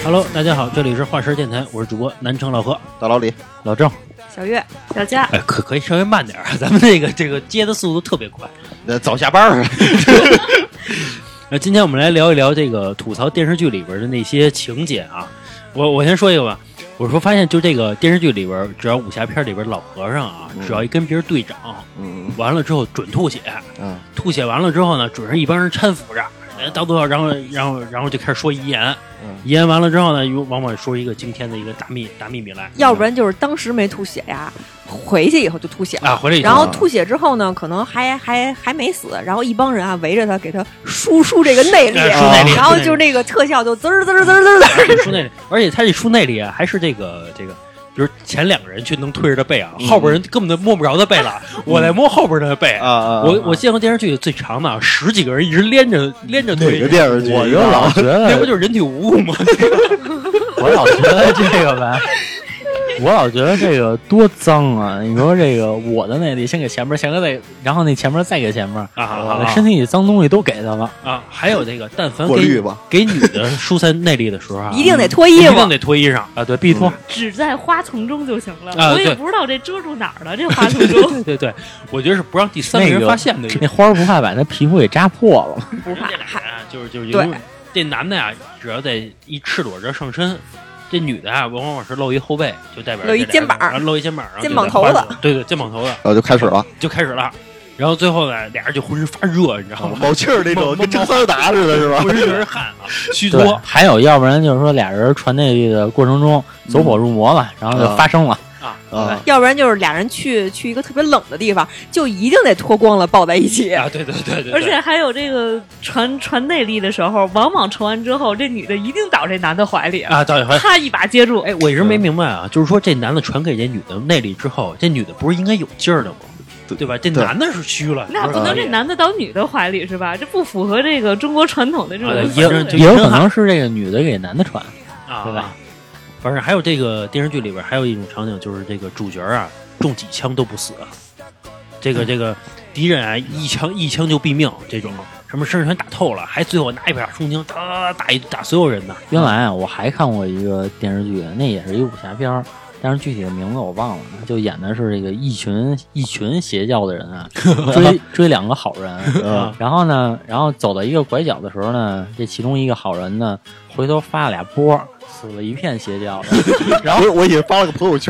Hello， 大家好，这里是华师电台，我是主播南城老何、 大老李、 老郑、 小月、小佳。 哎，可以稍微慢点，咱们这个接的速度特别快。 早下班儿。 今天我们来聊一聊这个吐槽电视剧里边的那些情节啊。我先说一个吧，我说发现就这个电视剧里边，只要武侠片里边老和尚啊，只要一跟别人对掌，完了之后准吐血，吐血完了之后呢，准是一帮人搀扶着。到最后，然后就开始说遗言，遗言完了之后呢，又往往说一个惊天的一个大秘密来， 要不然就是当时没吐血呀，回去以后就吐血了啊，回来以后， 然后吐血之后呢，可能还没死，然后一帮人啊围着他给他输这个内力，然后就那个特效就滋儿输内力，而且他这输内力啊，还是这个。比如前两个人去能推着他背啊，后边人根本就摸不着他背了，我在摸后边的背啊。我见过电视剧最长的10几个人一直连着推。 哪个电视剧？ 我就老觉得那不就是人体蜈蚣吗？ 我老觉得这个吧，我老觉得这个多脏啊！你说这个我的内力先给前面，然后那前面再给前面啊， 身体里脏东西都给他了啊。还有这个，但凡给女的疏散内力的时候啊， 一定得脱衣服， 一定得脱衣裳啊，对，必脱。 只在花丛中就行了。我也不知道这遮住哪儿了，这花丛中。 对，我觉得是不让第三个人发现的。 那花不怕把那皮肤给扎破了， 不怕。 就是对这男的呀，只要在一赤裸着上身。这女的啊，往往是露一后背，就代表露一肩膀， 露一肩膀， 肩膀头子， 对，肩膀头子， 然后就开始了， 然后最后呢，俩人就浑身发热，你知道吗？ 冒气儿那种，跟蒸桑拿似的，是吧？ 浑身全是汗啊，虚脱。 还有，要不然就是说俩人传内力的过程中走火入魔了，然后就发生了。 要不然就是俩人去一个特别冷的地方，就一定得脱光了抱在一起啊！对， 而且还有这个传内力的时候，往往传完之后，这女的一定倒这男的怀里啊，倒怀里， 他一把接住。 哎，我一直没明白啊，就是说这男的传给这女的内力之后，这女的不是应该有劲儿的吗？对吧？这男的是虚了， 那不能这男的倒女的怀里是吧？这不符合这个中国传统的这种。 也有可能是这个女的给男的传啊， 对吧？ 反正还有这个电视剧里边还有一种场景，就是这个主角啊中几枪都不死，这个敌人啊一枪就毙命，这种什么身上全打透了，还最后拿一把冲锋枪打所有人呢。 原来啊，我还看过一个电视剧，那也是一个武侠片，但是具体的名字我忘了，就演的是这个一群邪教的人啊追两个好人，然后走到一个拐角的时候呢，这其中一个好人呢回头发了俩波。死了一片邪教的， 然后我已经发了个朋友圈，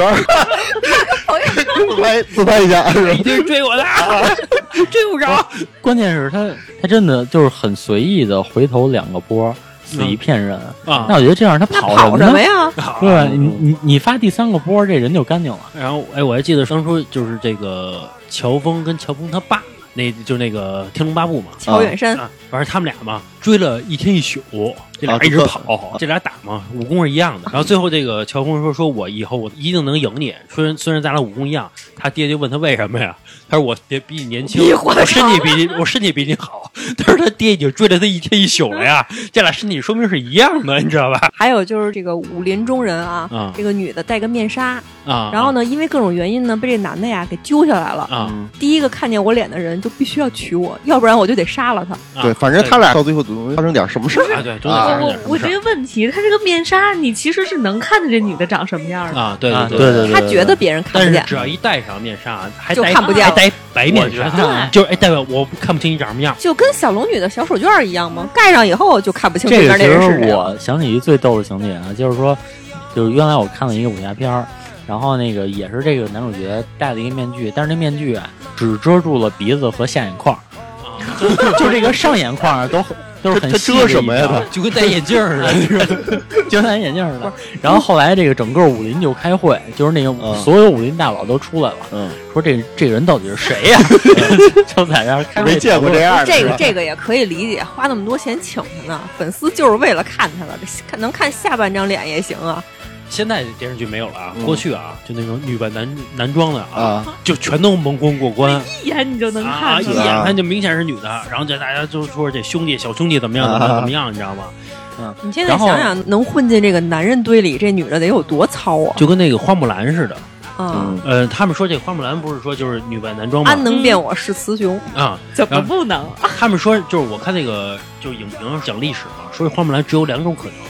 自拍一下， 一定是追我的，追不着。 关键是他真的就是很随意的回头两个波，死一片人啊。 那我觉得这样他跑什么呀？ 对，你发第三个波，这人就干净了。 然后我还记得当初就是这个乔峰跟乔峰他爸。就那个《天龙八部》嘛， 乔远山， 反正他们俩嘛追了一天一宿，这俩一直跑，这俩打嘛，武功是一样的。然后最后这个乔峰说我以后我一定能赢你，虽然咱俩武功一样。他爹就问他为什么呀？他说我爹比你年轻，我身体比你好。他说他爹已经追了他一天一宿了呀，这俩身体说明是一样的，你知道吧？ 还有就是这个武林中人啊，这个女的戴个面纱啊，然后呢，因为各种原因呢，被这男的呀给揪下来了啊。第一个看见我脸的人就必须要娶我，要不然我就得杀了他。 对，反正他俩到最后总发生点什么事啊？对， 我这个问题，他这个面纱，你其实是能看见这女的长什么样的啊？对， 他觉得别人看不见， 但是只要一戴上面纱， 就看不见， 还戴白面纱，就是代表我看不清你长什么样， 就跟小龙女的小手绢一样嘛，盖上以后就看不清对面那人是谁。 这个我想起一最逗的情节啊，就是说，就是原来我看了一个武侠片，然后那个也是这个男主角戴了一个面具，但是那面具啊只遮住了鼻子和下眼眶，就这个上眼眶都是很细的， 遮什么呀？他就跟戴眼镜似的， 就戴眼镜似的。然后后来这个整个武林就开会，就是那个所有武林大佬都出来了，说这个人到底是谁呀？就在这开会， 没见过这样的。 这个也可以理解，花那么多钱请他呢，粉丝就是为了看他了，能看下半张脸也行啊。 现在电视剧没有了啊，过去啊，就那种女扮男装的啊，就全都蒙混过关， 一眼你就能看出来， 一眼看就明显是女的，然后这大家就说这小兄弟怎么样，你知道吗？ 你现在想想，能混进这个男人堆里，这女的得有多糙啊！ 就跟那个花木兰似的。他们说这个花木兰不是说就是女扮男装吗？ 安能辨我是雌雄啊？ 怎么不能？ 他们说就是我看那个就影评讲历史嘛，说花木兰只有2种可能。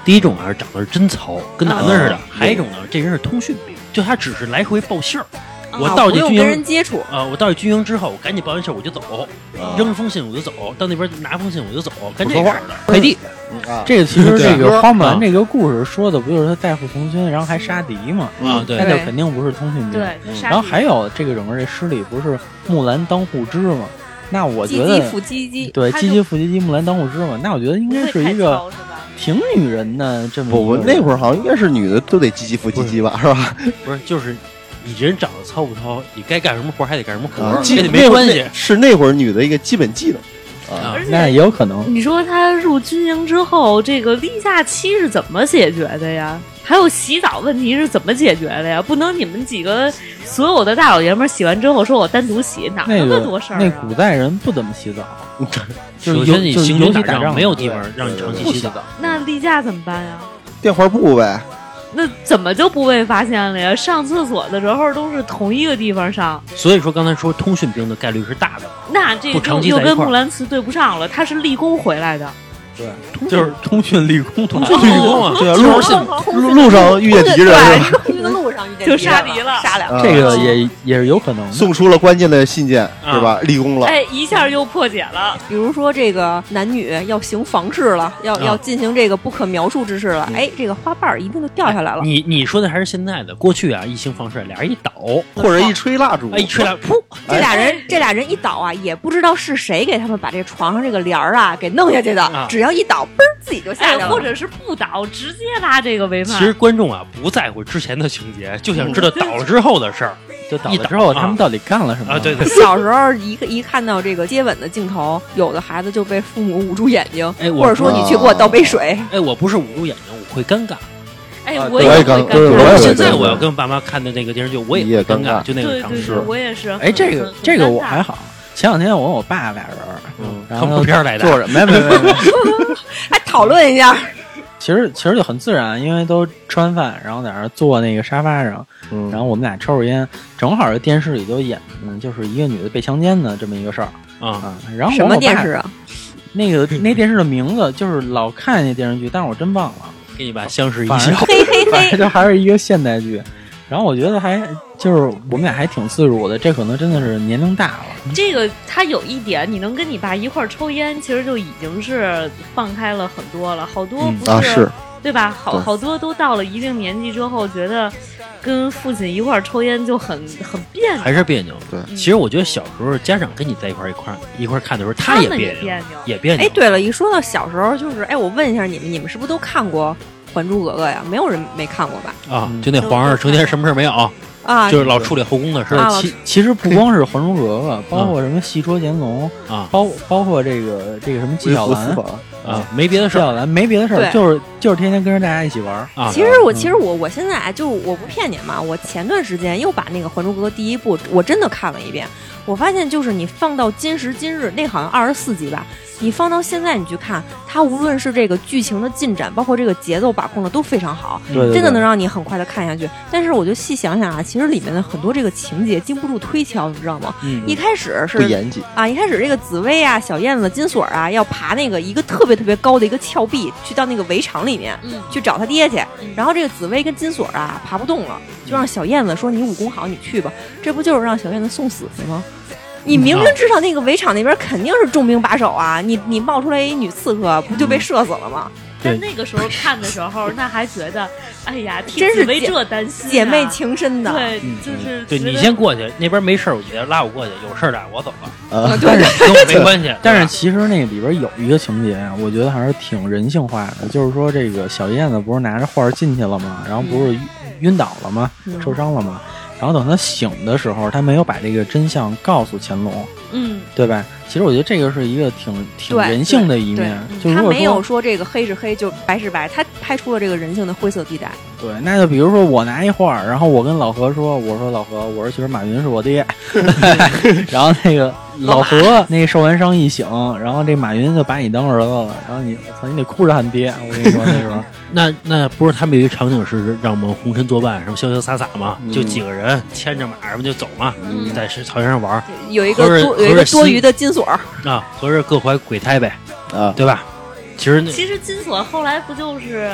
第一种啊是长得是真糙，跟男的似的；还有一种呢，这人是通讯病，就他只是来回报信儿。我到这军营跟人接触我到这军营之后，我赶紧报完信我就走，扔封信我就走，到那边拿封信我就走，干这事儿的快递。 这个其实这个花木兰这个故事说的不就是他代父从军，然后还杀敌嘛？ 对， 那就肯定不是通讯兵。 对， 然后还有这个整个这诗里不是木兰当户织嘛？那我觉得唧唧复唧唧， 对，唧唧复唧唧，木兰当户织嘛。那我觉得应该是一个挺女人的这么。 我那会儿好像应该是女的都得唧唧复唧唧吧，是吧？ 不是，就是你人长得糙不糙，你该干什么活还得干什么活，跟你没关系。 是那会儿女的一个基本技能。 那也有可能。 你说他入军营之后，这个例假期是怎么解决的呀？还有洗澡问题是怎么解决的呀？不能你们几个所有的大老爷们洗完之后说我单独洗，哪那么多事儿？ 那古代人不怎么洗澡， 就是你行军打仗没有地方让你长期洗澡。 那例假怎么办呀？ 电话簿呗。 那怎么就不被发现了呀？上厕所的时候都是同一个地方上， 所以说刚才说通讯兵的概率是大的。 那这个又跟木兰辞对不上了，他是立功回来的。 对，就是通讯立功， 通讯立功啊！ 对啊，路上遇见敌人是吧？ 通讯的路上遇见就杀敌了， 杀两个。 这个也是有可能送出了关键的信件，是吧？立功了， 哎，一下又破解了。 比如说这个男女要行房事了，要进行这个不可描述之事了，哎，这个花瓣一定就掉下来了。 你说的还是现在的，过去啊，一行房事，俩人一倒或者一吹蜡烛， 一吹蜡烛， 这俩人一倒啊，也不知道是谁给他们把这床上这个帘儿啊给弄下去的，只要一倒，嘣，自己就下去了， 或者是不倒，直接拉这个为犯。 其实观众啊不在乎之前的情节，就想知道倒了之后的事儿。 就倒了之后，他们到底干了什么？ 对。 小时候一看到这个接吻的镜头，有的孩子就被父母捂住眼睛，或者说你去给我倒杯水。 我不是捂住眼睛，我会尴尬。 我也尴尬。 现在我要跟爸妈看的那个电视剧，我也尴尬，就那个场景。 我也是。 这个我还好。前两天我跟我爸俩人，然后片来的， 坐着没， 还讨论一下。 其实就很自然，因为都吃完饭，然后在那坐那个沙发上，然后我们俩抽着烟，正好这电视里就演，就是一个女的被强奸的这么一个事儿然后什么电视啊？ 那电视的名字就是老看那电视剧，但是我真忘了。 给你把相识一笑， 反正就还是一个现代剧。然后我觉得还就是我们俩还挺自如的，这可能真的是年龄大了。 这个他有一点，你能跟你爸一块儿抽烟，其实就已经是放开了很多了。好多不是对吧？好多都到了一定年纪之后，觉得跟父亲一块儿抽烟就很别扭， 还是别扭。 对， 其实我觉得小时候家长跟你在一块看的时候，他也别扭，也别扭。 哎，对了，一说到小时候，就是我问一下你们是不是都看过《还珠格格》呀？没有人没看过吧？ 就那皇上成天什么事没有啊， 就是老处理后宫的事儿。 其实不光是《还珠格格》，包括什么戏说乾隆包括这个什么纪晓岚没别的事儿， 纪晓岚没别的事儿，就是天天跟着大家一起玩其实我现在就我不骗你嘛，我前段时间又把那个《还珠格格》第一部我真的看了一遍，我发现就是你放到今时今日，那好像24集吧。你放到现在你去看，它无论是这个剧情的进展，包括这个节奏把控的都非常好， 对， 真的能让你很快的看下去。但是我就细想想啊，其实里面的很多这个情节经不住推敲，你知道吗？一开始是不严谨啊，一开始这个紫薇啊、小燕子、金锁啊要爬那个一个特别特别高的一个峭壁，去到那个围场里面，去找他爹去。然后这个紫薇跟金锁啊爬不动了，就让小燕子说：“你武功好，你去吧。”这不就是让小燕子送死去吗？你明明知道那个围场那边肯定是重兵把守啊，你冒出来一女刺客，不就被射死了吗？ 但那个时候看的时候，那还觉得，哎呀， 真是为这担心， 姐妹情深的。 对，就是对你先过去，那边没事儿，你再拉我过去，有事儿的我走了。 对， 跟我没关系。 但是其实那里边有一个情节，我觉得还是挺人性化的，就是说这个小燕子不是拿着画进去了吗？然后不是晕倒了吗？受伤了吗？然后等他醒的时候，他没有把这个真相告诉乾隆，对吧？其实我觉得这个是一个挺人性的一面，就他没有说这个黑是黑，就白是白，他拍出了这个人性的灰色地带。 对，那就比如说我拿一画，然后我跟老何说，我说老何，我说其实马云是我爹，然后那个老何那受完伤一醒，然后这马云就把你当儿子了，然后你得哭着喊爹，我跟你说那时候。 那不是他们有一个场景是让我们红尘作伴，什么潇潇洒洒嘛，就几个人牵着马什么就走嘛，在草原上玩， 有一个多余的金锁啊，合着各怀鬼胎呗，对吧？其实金锁后来不就是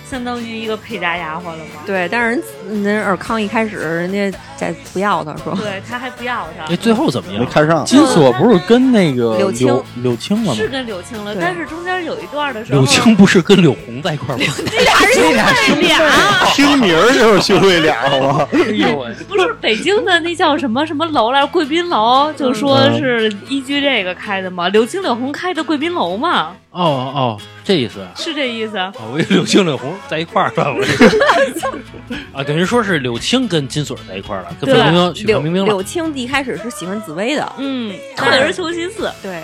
相当于一个陪嫁丫鬟了嘛。 对，但是人尔康一开始人家在不要他说， 对他还不要他。 最后怎么样？ 没看上。 金锁不是跟那个柳青了吗？ 是跟柳青了， 对但是中间有一段的时候， 柳青不是跟柳红在一块儿吗？ 这俩是听名儿就是兄妹俩，好吗？ 哎呦我， 不是北京的那叫什么什么楼来，贵宾楼，就说是依据这个开的嘛。柳青柳红开的贵宾楼嘛。 哦，这意思是这意思。 我以为柳青柳红在一块儿了，啊，等于说是柳青跟金锁在一块儿了，跟范冰冰许范冰冰了。 柳青一开始是喜欢紫薇的， 退而求其次。 对。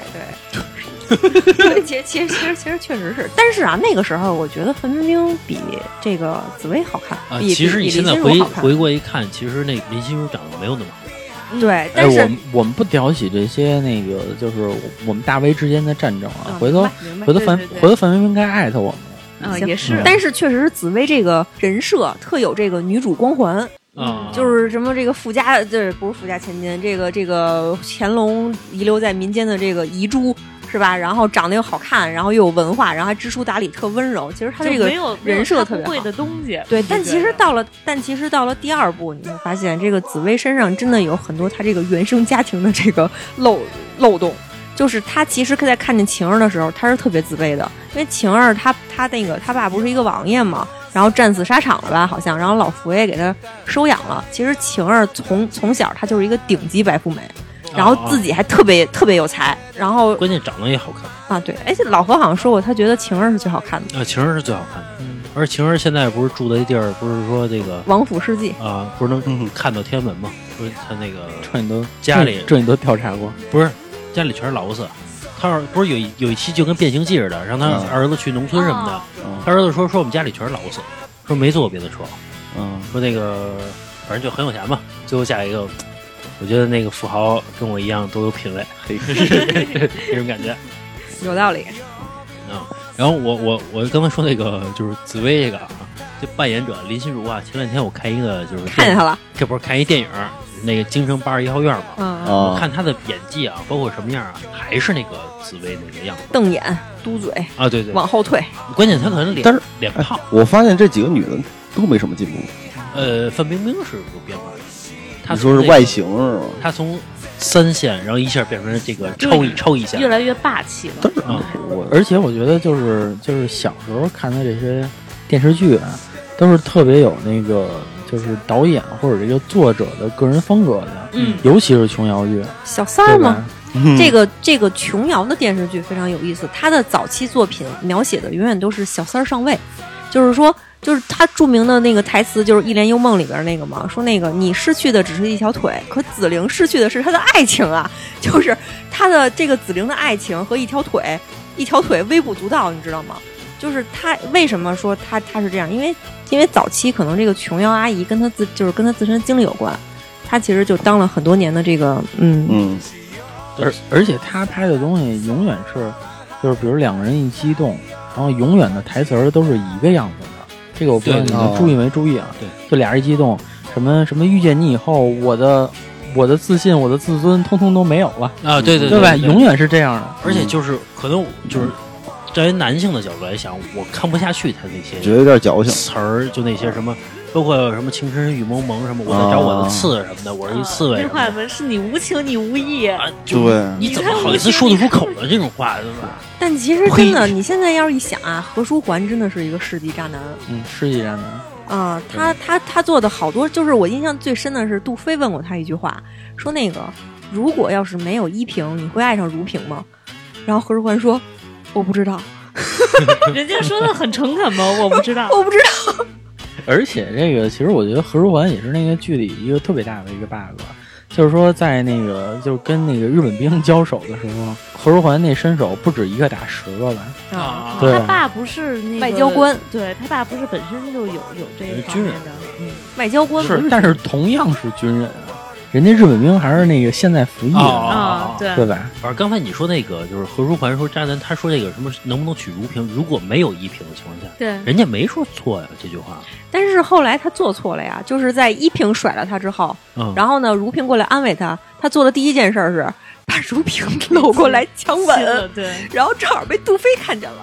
其实确实是，但是啊，那个时候我觉得范冰冰比这个紫薇好看啊。其实你现在回过一看，其实那林心如长得没有那么好看。 对，但是我们不聊起这些那个，就是我们大 V 之间的战争啊。回头范冰冰该艾特我们了。也是， 但是确实是紫薇这个人设特有这个女主光环。就是什么这个富家，这不是富家千金，这个乾隆遗留在民间的这个遗珠是吧？然后长得又好看，然后又有文化，然后还知书达理，特温柔。其实他这个人设特别好。 贵的东西， 对，但其实到了第二部，你会发现这个紫薇身上真的有很多她这个原生家庭的这个漏洞。就是他其实在看见晴儿的时候，他是特别自卑的，因为晴儿他那个他爸不是一个王爷嘛，然后战死沙场了吧，好像，然后老佛爷给他收养了。其实晴儿从小他就是一个顶级白富美，然后自己还特别有才，然后关键长得也好看啊。对，而且老何好像说过，他觉得晴儿是最好看的。 晴儿是最好看的，而晴儿现在不是住的地儿，不是说这个王府世纪啊，不是能看到天安门吗？不是他那个这你都家里这你都调查过？ 不是。家里全是老子，他不是有一期就跟变形记似的，让他儿子去农村什么的。他儿子说我们家里全是老子，说没坐过别的车。说那个反正就很有钱嘛。最后下一个，我觉得那个富豪跟我一样都有品位，这种感觉有道理。 然后我刚才说那个就是紫薇这个啊，这扮演者林心如啊，前两天我看一个就是看见他了， 这不是看一电影。那个京城81号院嘛，我看他的演技啊，包括什么样啊，还是那个紫薇那个样子， 瞪眼、嘟嘴啊，对， 往后退。 关键他可能脸胖。 我发现这几个女的都没什么进步。 范冰冰是有变化的，她说是外形是吧？ 她从3线，然后一下变成这个超一线， 越来越霸气了。 而且我觉得就是小时候看的这些电视剧啊，都是特别有那个。就是导演或者这个作者的个人风格的，尤其是琼瑶剧， 小三儿嘛，这个琼瑶的电视剧非常有意思，他的早期作品描写的永远都是小三儿上位，就是他著名的那个台词就是《一帘幽梦》里边那个嘛，说那个你失去的只是一条腿，可紫菱失去的是她的爱情啊，就是她的这个紫菱的爱情和一条腿微不足道，你知道吗？就是他为什么说他是这样？因为早期可能这个琼瑶阿姨跟他自身经历有关，他其实就当了很多年的这个而且他拍的东西永远是就是比如两个人一激动，然后永远的台词儿都是一个样子的。这个我不知道你们注意没注意啊？ 对， 就俩人一激动，什么遇见你以后，我的自信、我的自尊，通通都没有了啊！对吧？永远是这样的， 而且就是可能就是。站于男性的角度来想，我看不下去他那些， 觉得有点矫情词儿，就那些什么，包括什么情深雨蒙蒙什么，我在找我的刺什么的，我是一刺猬。 这话们是你无情你无义啊！对，你怎么好意思说得出口呢？这种话，对吧？ 但其实真的，你现在要是一想啊，何书桓真的是一个世纪渣男。 世纪渣男啊！他做的好多，就是我印象最深的是杜飞问过他一句话，说那个如果要是没有依萍，你会爱上如萍吗？然后何书桓说。我不知道， 人家说的很诚恳吗？我不知道， 我不知道。 而且这个，其实我觉得何书桓也是那个剧里一个特别大的一个 bug，就是说在那个就是跟那个日本兵交手的时候，何书桓那身手不止一个打10个吧？ 啊， 对， 他爸不是那个外交官， 对他爸不是本身就有这个军人的， 外交官是，但是同样是军人。人家日本兵还是那个现在服役的对吧？ 反正刚才你说那个就是何书桓说渣男，他说这个什么能不能娶如萍？如果没有依萍的情况下， 对， 人家没说错呀这句话。 但是后来他做错了呀，就是在依萍甩了他之后，然后呢，如萍过来安慰他，他做的第一件事是把如萍搂过来强吻， 对， 然后正好被杜飞看见了。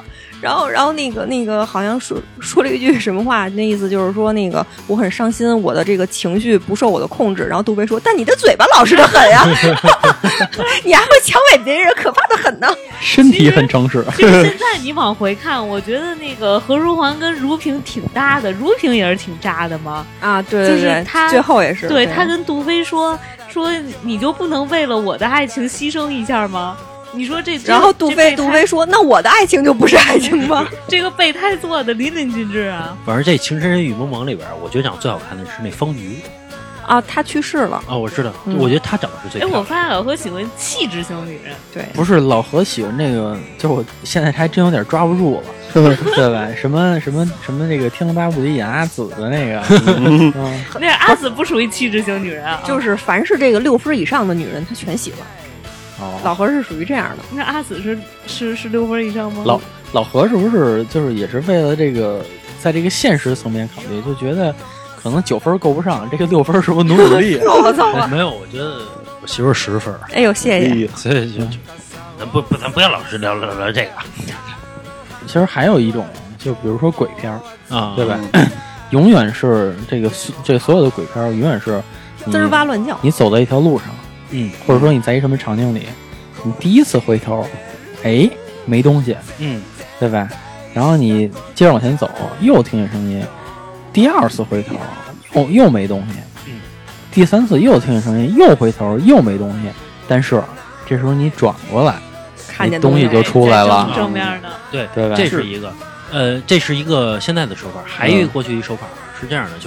然后那个好像说了一句什么话，那意思就是说那个我很伤心，我的这个情绪不受我的控制。然后杜飞说：“但你的嘴巴老实的很呀，你还会强吻别人，可怕的很呢。” 身体很诚实。 就是现在你往回看，我觉得那个何书桓跟如萍挺搭的，如萍也是挺渣的嘛。 啊，对， 就是他最后也是， 对他跟杜飞说你就不能为了我的爱情牺牲一下吗？你说这， 然后杜飞说：“那我的爱情就不是爱情吗？” 这个备胎做的淋漓尽致啊！ 反正这《情深深雨蒙蒙》里边，我觉得长得最好看的是那方瑜。 啊，他去世了啊，我知道，我觉得他长得是最漂亮。 我发现老何喜欢气质型女人， 对， 不是老何喜欢那个，就是我现在还真有点抓不住了，对吧？什么那个天龙八部里演阿紫的那个， 那阿紫不属于气质型女人啊， 就是凡是这个6分以上的女人，他全喜欢。老何是属于这样的。 那阿紫是6分以上吗？ 老何是不是就是也是为了这个，在这个现实层面考虑，就觉得可能9分够不上，这个6分是不是努力？ 我操！ 没有，我觉得我媳妇10分。 哎呦，谢谢。 所以就咱不要老是聊这个。 其实还有一种，就比如说鬼片啊， 对吧？永远是这所有的鬼片，永远是滋儿哇乱叫。 你走在一条路上。或者说你在一什么场景里，你第一次回头，哎，没东西，对吧？然后你接着往前走，又听见声音，第2次回头，又没东西，第3次又听见声音，又回头，又没东西。但是这时候你转过来， 看见东西就出来了， 正面的， 对吧？这是一个，这是一个现在的手法，还有一个过去一手法是这样的，就是。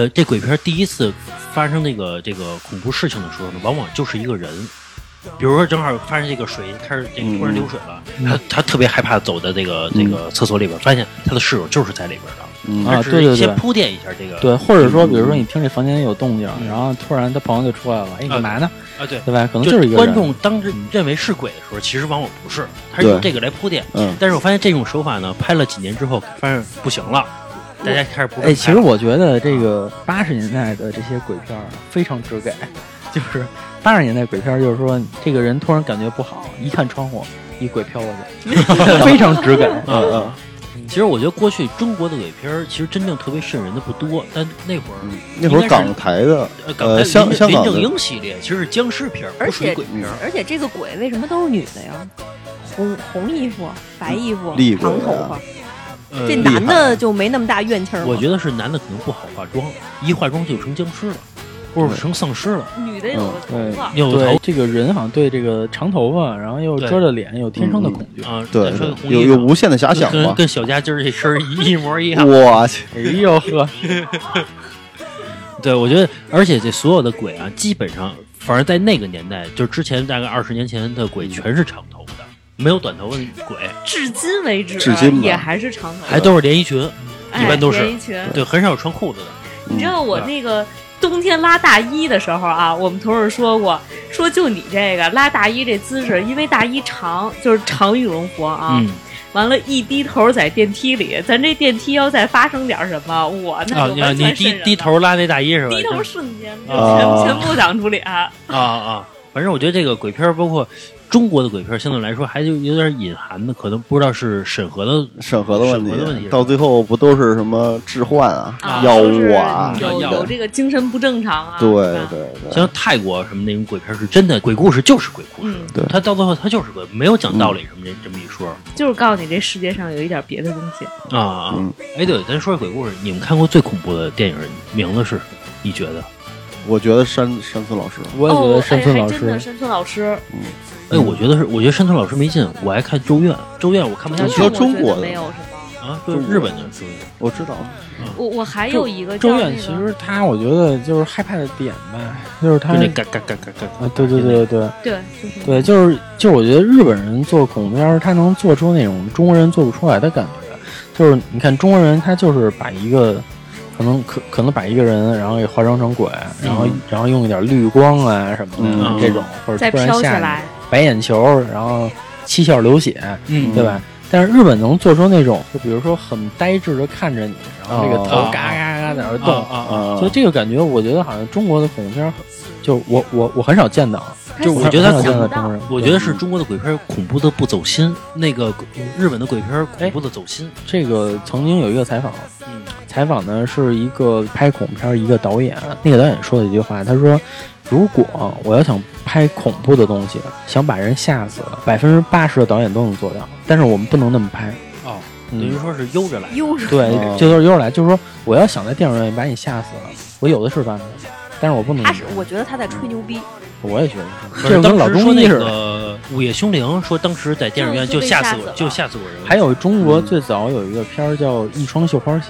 这鬼片第一次发生这个恐怖事情的时候呢，往往就是一个人，比如说正好发现这个水开始突然流水了，他特别害怕走的这个厕所里边，发现他的室友就是在里边的， 对， 先铺垫一下这个， 对，或者说比如说你听这房间有动静，然后突然他朋友就出来了，哎，干嘛呢？ 啊，对吧？可能就是一个观众当认为是鬼的时候，其实往往不是，他是用这个来铺垫。但是我发现这种手法呢，拍了几年之后，发现不行了。大家开始不其实我觉得这个80年代的这些鬼片非常直给，就是80年代鬼片，就是说这个人突然感觉不好，一看窗户，一鬼飘过去，非常直给。 其实我觉得过去中国的鬼片其实真正特别瘆人的不多，但那会儿港台的香港林正英系列其实是僵尸片，不属于鬼片。 而且这个鬼为什么都是女的呀？红衣服、白衣服、长头发。这男的就没那么大怨气儿。 我觉得是男的可能不好化妆，一化妆就成僵尸了，或者成丧尸了。 女的有个头发， 有头。 这个人好像对这个长头发，然后又遮着脸，有天生的恐惧啊。 对，有无限的遐想嘛， 跟小家今儿这身一模一样。 我去， 哎呦呵！ 对，我觉得，而且这所有的鬼啊，基本上，反正在那个年代，就之前大概20年前的鬼，全是长头发的。没有短头发的鬼， 至今为止，也还是长头发， 还都是连衣裙，一般都是连衣裙， 对，很少有穿裤子的。 你知道我那个冬天拉大衣的时候啊，我们同事说过，说就你这个拉大衣这姿势，因为大衣长，就是长羽绒服啊。完了，一低头在电梯里，咱这电梯要再发生点什么，我那就完全你低头拉那大衣是吧？ 低头瞬间就全部挡住脸反正我觉得这个鬼片，包括中国的鬼片，相对来说还有点隐含的，可能不知道是审核的问题， 到最后不都是什么置换药物有这个精神不正常啊？ 对， 像泰国什么那种鬼片是真的鬼故事，就是鬼故事， 对， 他到最后他就是鬼，没有讲道理什么这么一说， 就是告诉你这世界上有一点别的东西哎，对，咱说鬼故事，你们看过最恐怖的电影名字是什么？你觉得？ 我觉得山村老师， 我也觉得山村老师， 真的山村老师。 哎，我觉得山村老师没劲，我爱看咒怨我看不下去。 说中国的没有是吗？ 啊，对，日本的咒怨我知道。 我还有一个咒怨，其实他我觉得就是害怕的点呗，就是他那嘎嘎啊， 对， 对， 就是我觉得日本人做恐怖片，他能做出那种中国人做不出来的感觉，就是你看中国人他就是把一个。可能把一个人，然后给化妆成鬼，然后用一点绿光啊什么的这种，或者突然下来白眼球，然后七窍流血，对吧？但是日本能做出那种，就比如说很呆滞的看着你，然后这个头嘎嘎嘎在那动，所以这个感觉，我觉得好像中国的恐怖片，就我很少见到， 就我觉得还有这样的中国人， 我觉得是中国的鬼片恐怖的不走心，那个日本的鬼片恐怖的走心。 这个曾经有一个采访，采访呢是一个拍恐怖片一个导演，那个导演说的一句话，他说：“如果我要想拍恐怖的东西，想把人吓死，80%的导演都能做到，但是我们不能那么拍。” 哦，等于说是悠着来， 对，就是悠着来，就是说我要想在电影院里把你吓死了，我有的是办法，但是我不能。 我觉得他在吹牛逼。 我也觉得是，这跟老中医似的。 午夜凶铃说当时在电影院就吓死过人。 还有中国最早有一个片儿叫《一双绣花鞋》。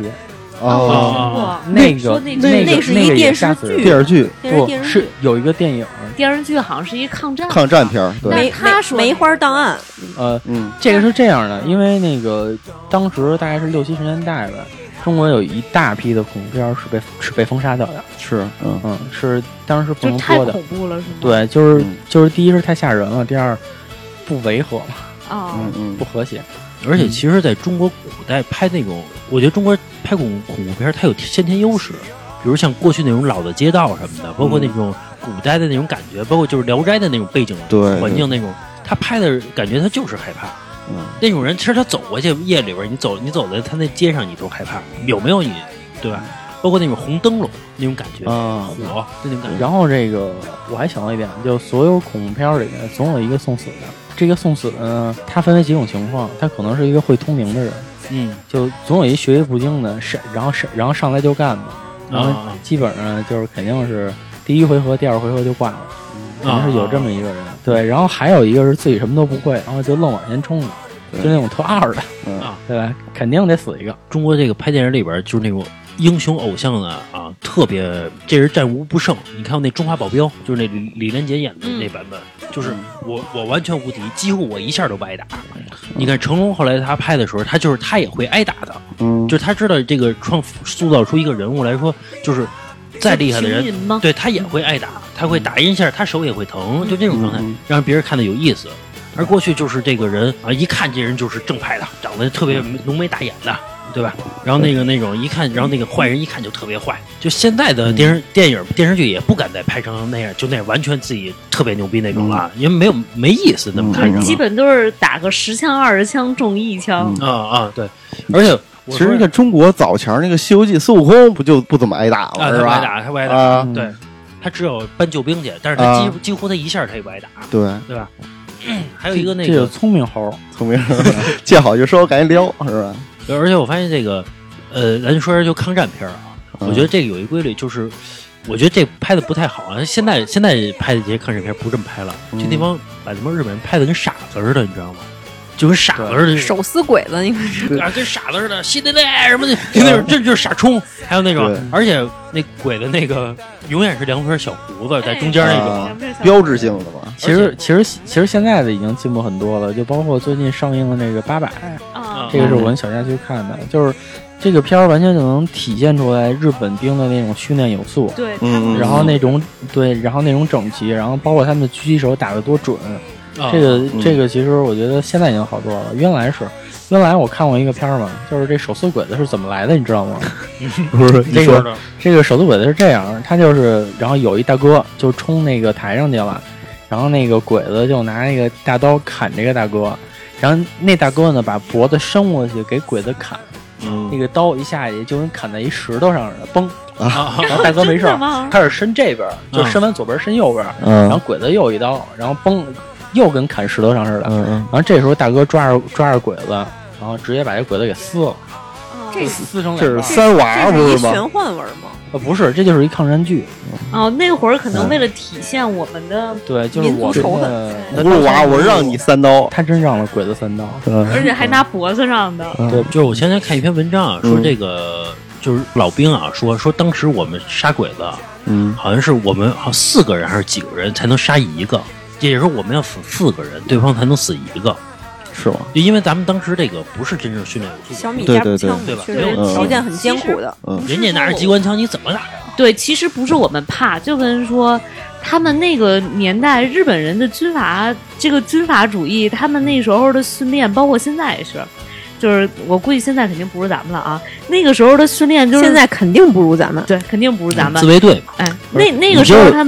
那是一电视剧， 不是有一个电影电视剧，好像是一抗战片。 对，他说梅花档案。 这个是这样的，因为那个当时大概是60、70年代吧，中国有一大批的恐怖片是被封杀掉的。 是， 是当时不能播的。 太恐怖了，是吗？ 对，就是第一是太吓人了，第二不违和嘛，不和谐。 而且其实在中国古代拍那种，我觉得中国拍恐怖片它有先天优势，比如像过去那种老的街道什么的，包括那种古代的那种感觉，包括就是聊斋的那种背景环境那种，他拍的感觉他就是害怕。那种人其实他走过去夜里边，你走在他那街上，你都害怕，有没有你，对吧？包括那种红灯笼那种感觉火那种感觉。 然后这个我还想到一点，就所有恐怖片里面总有一个送死的。这个送死呢，它分为几种情况，他可能是一个会通灵的人，就总有一学艺不精的，然后上来就干的，然后基本上就是肯定是第一回合、第二回合就挂了，肯定是有这么一个人。对，然后还有一个是自己什么都不会，然后就愣往前冲的，就那种特二的，对吧？肯定得死一个。 中国这个拍电影里边就是那种英雄偶像的啊，特别这人战无不胜。你看那《中华保镖》，就是那李连杰演的那版本，就是我完全无敌，几乎我一下都不挨打。你看成龙后来他拍的时候，他也会挨打的，就是他知道这个塑造出一个人物来说，就是再厉害的人，对他也会挨打，他会打一下，他手也会疼，就这种状态，让别人看得有意思。而过去就是这个人啊，一看这人就是正派的，长得特别浓眉大眼的。对吧？然后那种一看，然后那个坏人一看就特别坏。就现在的电影电视剧也不敢再拍成那样，就那样完全自己特别牛逼那种了，因为没意思那么看着。 基本都是打个10枪20枪中1枪对。而且其实你看中国早前那个《西游记》，孙悟空不就不怎么挨打吗？是吧？ 他不挨打，对，他只有搬救兵去，但是他几乎他一下他也不挨打， 对吧？还有一个那个聪明猴， 见好就收，赶紧撩，是吧？ 而且我发现这个，咱就说就抗战片啊，我觉得这个有一规律，就是我觉得这拍的不太好啊。现在拍的这些抗战片不这么拍了，就那帮把他们日本人拍的跟傻子似的，你知道吗？就跟傻子似的， 手撕鬼子，你看是跟傻子似的，吸的赖什么的，就那种这就是傻冲，还有那种，而且那鬼的那个永远是2撮小胡子在中间那种， 标志性的嘛。 其实现在的已经进步很多了，就包括最近上映的那个800，这个是我跟小佳去看的，就是这个片儿完全就能体现出来日本兵的那种训练有素， 对， 然后那种整齐，然后包括他们的狙击手打得多准。这个其实我觉得现在已经好多了。原来我看过一个片儿嘛，就是这手撕鬼子是怎么来的，你知道吗？不是这个手撕鬼子是这样，他就是然后有一大哥就冲那个台上去了，然后那个鬼子就拿那个大刀砍这个大哥，然后那大哥呢把脖子伸过去给鬼子砍，那个刀一下去就跟砍在一石头上似的，嘣。然后大哥没事，开始伸这边，就伸完左边伸右边，然后鬼子又一刀，然后嘣。又跟砍石头上似的，然后这时候大哥抓着鬼子，然后直接把这鬼子给撕了， 这撕成这是三娃不是吗？ 玄幻文吗？ 不是，这就是一抗战剧。 那会儿可能为了体现我们的对，就是我们的葫芦娃，我让你3刀， 他真让了鬼子3刀， 而且还拿脖子上的。 对，就是我前天看一篇文章啊，说这个就是老兵啊，说当时我们杀鬼子，好像是我们4个人还是几个人才能杀1个。也就是说，我们要死4个人，对方才能死1个， 是吗？ 就因为咱们当时这个不是真正训练有素， 小米加步枪， 对吧？ 确实条件很艰苦的。 人家拿着机关枪，你怎么打呀？ 对，其实不是我们怕，就跟说他们那个年代日本人的军阀主义，他们那时候的训练，包括现在也是。就是我估计现在肯定不如咱们了啊！那个时候的训练就是现在肯定不如咱们， 对，肯定不如咱们。 自卫队嘛， 哎，那个时候他们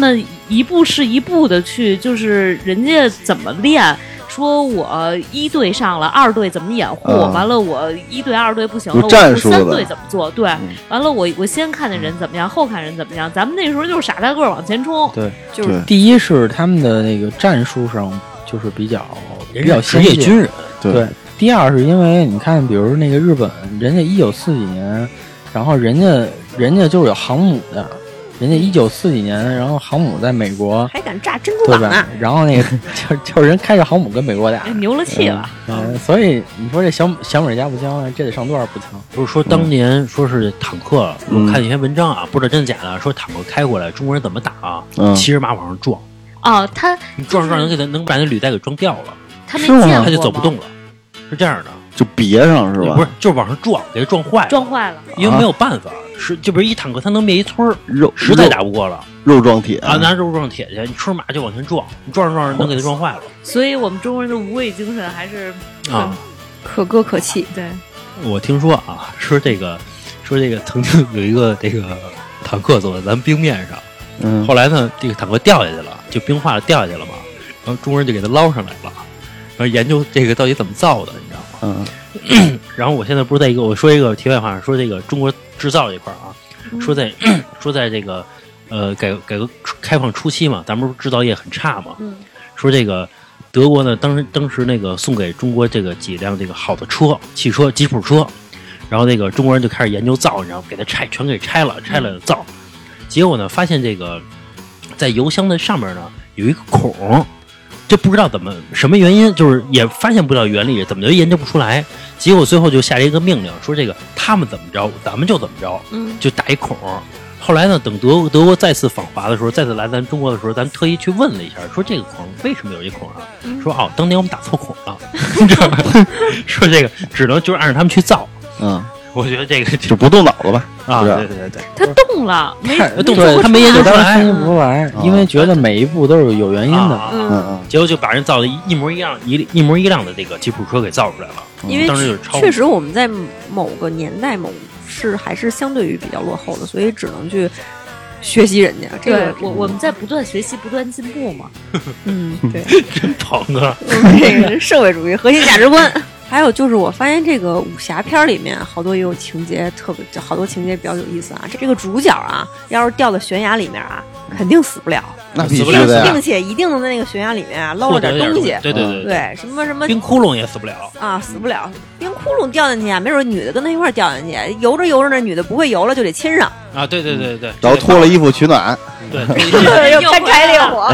一步是一步的去，就是人家怎么练。说我一队上了，二队怎么掩护？完了我一队二队不行了，我三队怎么做？对，完了我先看见人怎么样，后看人怎么样。咱们那时候就是傻大个往前冲。 对， 就是第一是他们的那个战术上就是比较职业军人。 对，第二是因为你看，比如那个日本，人家1940几年，然后人家就是有航母的。人家1940几年，然后航母在美国还敢炸珍珠港呢， 然后那个就是人开着航母跟美国打， 牛了气了。 所以你说这小美加步枪，这得上多少步枪？ 不是说当年说是坦克，我看一篇文章啊，不知道真的假的，说坦克开过来，中国人怎么打啊？骑着马往上撞。 哦，他你撞能把那履带给撞掉了， 他没见过， 他就走不动了，是这样的。 就别上是吧？ 不是，就是往上撞，给他撞坏了，因为没有办法，就比如一坦克，他能灭一村肉， 实在打不过了， 肉撞铁啊，拿肉撞铁去，你出马就往前撞，你撞着能给他撞坏了。 所以我们中国人的无畏精神还是可歌可泣。 对， 我听说啊，说这个曾经有一个这个坦克走在咱冰面上，后来呢，这个坦克掉下去了，就冰化了掉下去了嘛，然后中国人就给他捞上来了，然后研究这个到底怎么造的，你知道吗？然后我现在不是我说一个题外话，说这个中国制造这块啊，说在这个改革开放初期嘛，咱们不是制造业很差嘛，说这个德国呢当时那个送给中国这个几辆这个好的汽车吉普车，然后那个中国人就开始研究造，然后给它全给拆了造，结果呢发现这个在油箱的上面呢有一个孔。这不知道什么原因，就是也发现不了原理，怎么就研究不出来。结果最后就下了一个命令，说这个他们怎么着，咱们就怎么着，就打一孔。后来呢，等德国再次访华的时候，再次来咱中国的时候，咱特意去问了一下，说这个孔为什么有一孔啊？说当年我们打错孔了，说这个只能就是按照他们去造。我觉得这个就不动脑子吧。 啊，对， 他动了， 他没研究出来， 分析不出来，因为觉得每一步都是有原因的。 结果就把人造的一模一样的这个吉普车给造出来了。 因为当时就是确实我们在某个年代还是相对于比较落后的，所以只能去学习人家。这个我们在不断学习、不断进步嘛。 对， 真捧啊！ 这个社会主义核心价值观。还有就是，我发现这个武侠片里面好多也有情节，好多情节比较有意思啊。这个主角啊，要是掉到悬崖里面啊，肯定死不了， 那必须的， 并且一定能在那个悬崖里面啊捞了点东西。 对， 什么冰窟窿也死不了啊，死不了。冰窟窿掉进去啊，没准女的跟他一块掉进去，游着游着那女的不会游了，就得亲上啊。对， 然后脱了衣服取暖。 对， 又干柴烈火。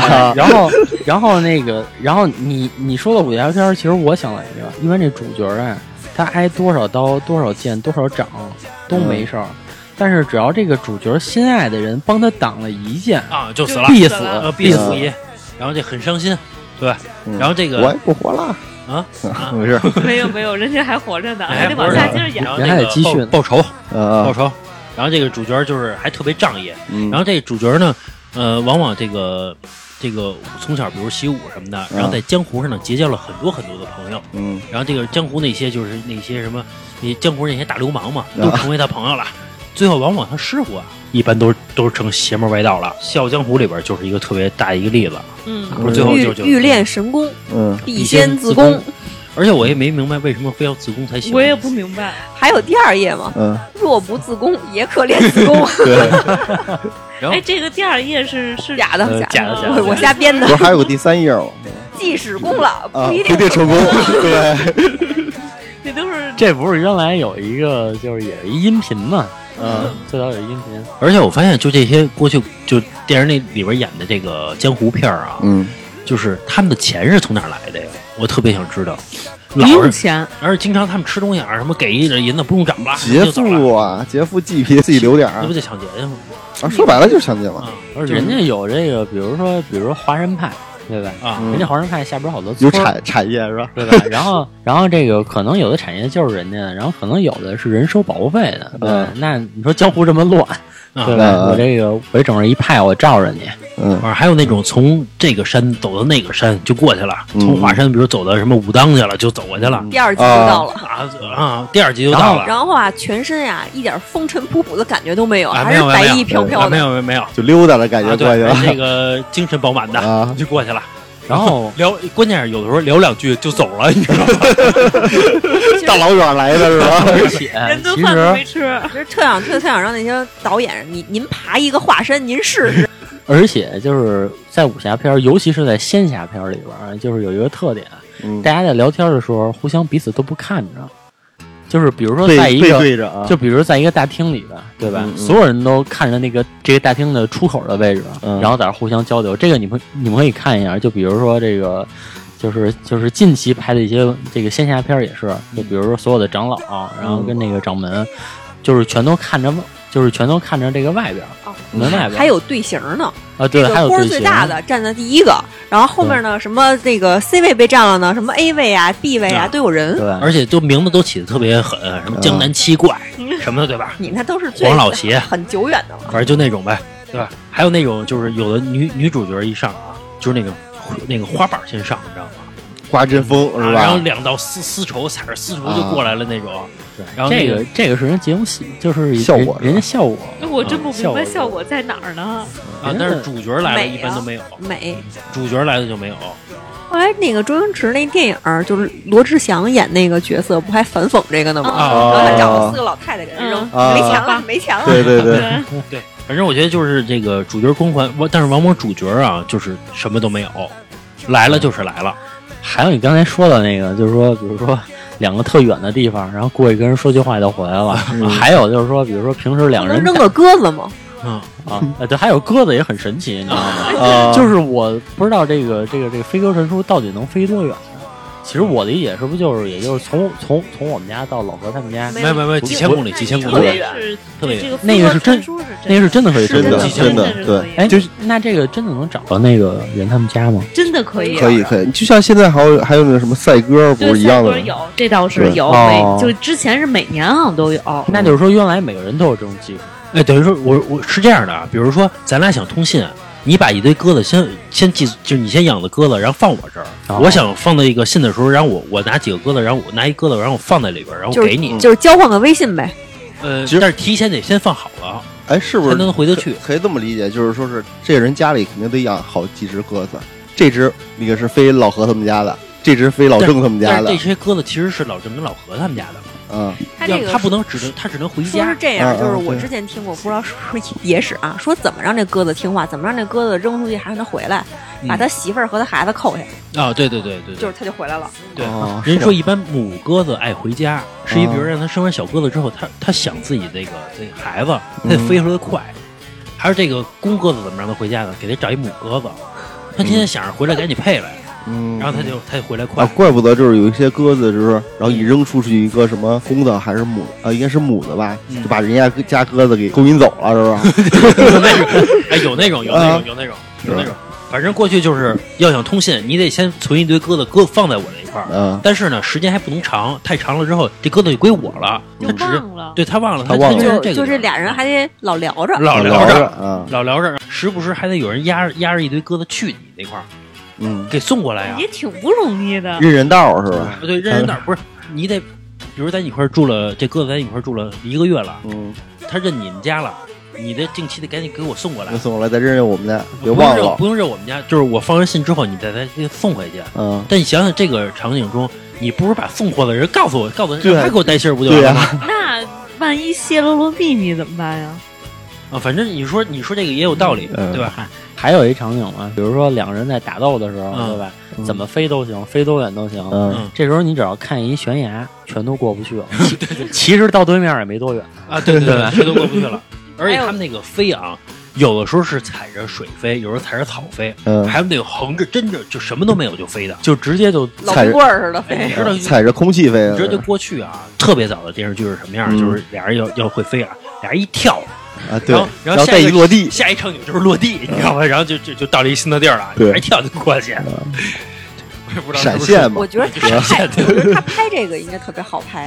然后你说的武侠片，其实我想了一个，因为这主角啊，他挨多少刀、多少剑、多少掌都没事儿，但是只要这个主角心爱的人帮他挡了一剑啊，就死了，必死。然后这很伤心，对。然后这个我也不活了啊， 没事， 没有，人家还活着呢，还得往下接着演， 人还得继续报仇。然后这个主角就是还特别仗义，然后这个主角呢，往往这个从小比如习武什么的，然后在江湖上呢结交了很多很多的朋友，然后这个江湖那些就是那些什么，江湖那些大流氓嘛，都成为他朋友了。最后往往他师傅啊，一般都是成邪门歪道了。《笑傲江湖》里边就是一个特别大一个例子，最后就欲练神功，必先自宫。 而且我也没明白为什么非要自宫才行。 我也不明白。 还有第二页嘛，若不自宫，也可练自宫。 哎，这个第二页是假的，我瞎编的。 不是还有个第3页吗？ 即使攻了，不一定成功。对， 这都是。 这不是原来有一个就是也是一音频嘛？最早有音频。 而且我发现，就这些过去就电视那里边演的这个江湖片啊，就是他们的钱是从哪儿来的呀？我特别想知道。 不用钱， 而且经常他们吃东西啊，什么给一点银子不用找了， 劫富啊，劫富济贫，自己留点那不就抢劫去吗？ 说白了就是抢劫嘛。 而人家有这个，比如说华人派，对吧？人家华人派下边好多有产业是吧？ 对吧？然后这个可能有的产业就是人家的，然后可能有的是人收保护费的。那你说江湖这么乱， 对吧？我整个一派，我罩着你。 还有那种从这个山走到那个山就过去了，从华山比如走到什么武当去了就走过去了， 第2集就到了第2集就到了， 然后全身呀一点风尘仆仆的感觉都没有，还是白衣飘飘的， 没有， 就溜达的感觉过去了， 那个精神饱满的就过去了。 然后关键是有的时候聊2句就走了，你知道吗？ 大老远来的是吧？ 而且连顿饭都没吃， 特想让那些导演，您爬一个华山，您试试。 而且就是在武侠片，尤其是在仙侠片里边，就是有一个特点，大家在聊天的时候，互相彼此都不看着。就是比如说在一个对着啊， 就比如在一个大厅里的，对吧？所有人都看着这个大厅的出口的位置，然后在这互相交流。这个你们可以看一下，就比如说这个，就是近期拍的一些这个仙侠片也是，就比如说所有的长老，然后跟那个掌门，就是全都看着这个外边，门外边还有队形呢。 对，还有队形。 最大的站在第一个，然后后面呢，什么那个 C 位被占了呢，什么 A 位啊、B 位啊都有人， 对， 而且都名字都起得特别狠，什么江南七怪什么的，对吧？ 你那都是黄老邪， 很久远的了。 反正就那种呗，对吧？还有那种就是有的女主角一上啊，就是那个花瓣先上，你知道吗？ 刮阵风是吧？ 然后2道丝绸，踩着丝绸就过来了那种。 对， 然后这个是人节目戏，就是效果， 人家效果。 我真不明白效果在哪儿呢？ 但是主角来了一般都没有， 美主角来的就没有。 后来那个周星驰那电影就是罗志祥演那个角色，不还反讽这个呢吗？他找了4个老太太给人扔，没钱了。 对， 反正我觉得就是这个主角光环，但是往往主角啊，就是什么都没有，来了就是来了。 还有你刚才说的那个，就是说，比如说2个特远的地方，然后过去跟人说句话就回来了。还有就是说，比如说平时2人能扔个鸽子吗？ 对，还有鸽子也很神奇，你知道吗？就是我不知道这个飞鸽传书到底能飞多远。其实我的理解是不是就是，也就是从我们家到老何他们家， 没几千公里， 特别远， 特别远。 那个是真的可以， 真的对。 哎，就是那这个真的能找到那个人他们家吗？ 真的可以， 可以。就像现在还有那个什么赛鸽，不是一样的？ 有，这倒是有，就之前是每年好像都有。 那就是说，原来每个人都有这种技术。 哎，等于说我是这样的啊，比如说咱俩想通信。你把一堆鸽子先记，就是你先养的鸽子，然后放我这儿。我想放到一个信的时候，然后我拿几个鸽子，然后我拿一鸽子，然后我放在里边，然后给你， 就是交换个微信呗。 但是提前得先放好了， 哎，是不是才能回得去？ 可以这么理解，就是说是这人家里肯定得养好几只鸽子，这只那个是飞老何他们家的，这只飞老郑他们家的。 这些鸽子其实是老郑跟老何他们家的。他不能他只能回家。 说是这样，就是我之前听过，不知道是不是野史啊，说怎么让这鸽子听话，怎么让这鸽子扔出去还让它回来，把他媳妇儿和他孩子扣下。 对， 就是他就回来了。 对，人说一般母鸽子爱回家，是因为比如让它生完小鸽子之后，它想自己这个孩子，它得飞出来快。还是这个公鸽子怎么让它回家呢？给它找一母鸽子，它天天想着回来赶紧配来。然后它就回来快， 怪不得就是有一些鸽子，就是然后一扔出去一个什么公的还是母应该是母的吧，就把人家鸽子给勾引走了，是吧？ 有那种，反正过去就是要想通信，你得先存一堆鸽子放在我这一块儿，但是呢时间还不能长，太长了之后这鸽子就归我了，他忘了， 就这俩人还得老聊着， 时不时还得有人压着一堆鸽子去你那块儿。给送过来呀， 也挺不容易的。 认人道是吧？ 对，认人道不是你得，比如咱一块住了，这鸽子咱一块住了1个月了，他认你们家了，你的定期得赶紧给我送过来， 送过来再认我们家，别忘了， 不用认我们家，就是我放完信之后，你再送回去。但你想想这个场景中，你不如把送货的人告诉他给我带信不就完了吗？ 那万一泄露了秘密怎么办呀？ 反正你说这个也有道理，对吧？ 还有一场景嘛，比如说2人在打斗的时候，对吧？怎么飞都行，飞多远都行。这时候你只要看一悬崖，全都过不去了。其实到对面也没多远啊，对，谁都过不去了。而且他们那个飞啊，有的时候是踩着水飞，有时候踩着草飞，还有那个横着真着就什么都没有就飞的，就直接就老棍儿似的飞， 踩着空气飞。 你知道就过去啊，特别早的电视剧是什么样？就是俩人要会飞啊，俩人一跳。 对， 然后再一落地， 下一场景就是落地，你知道吗？然后就到了一新的地儿了，一跳就过去。 闪现嘛， 我觉得他拍这个应该特别好拍，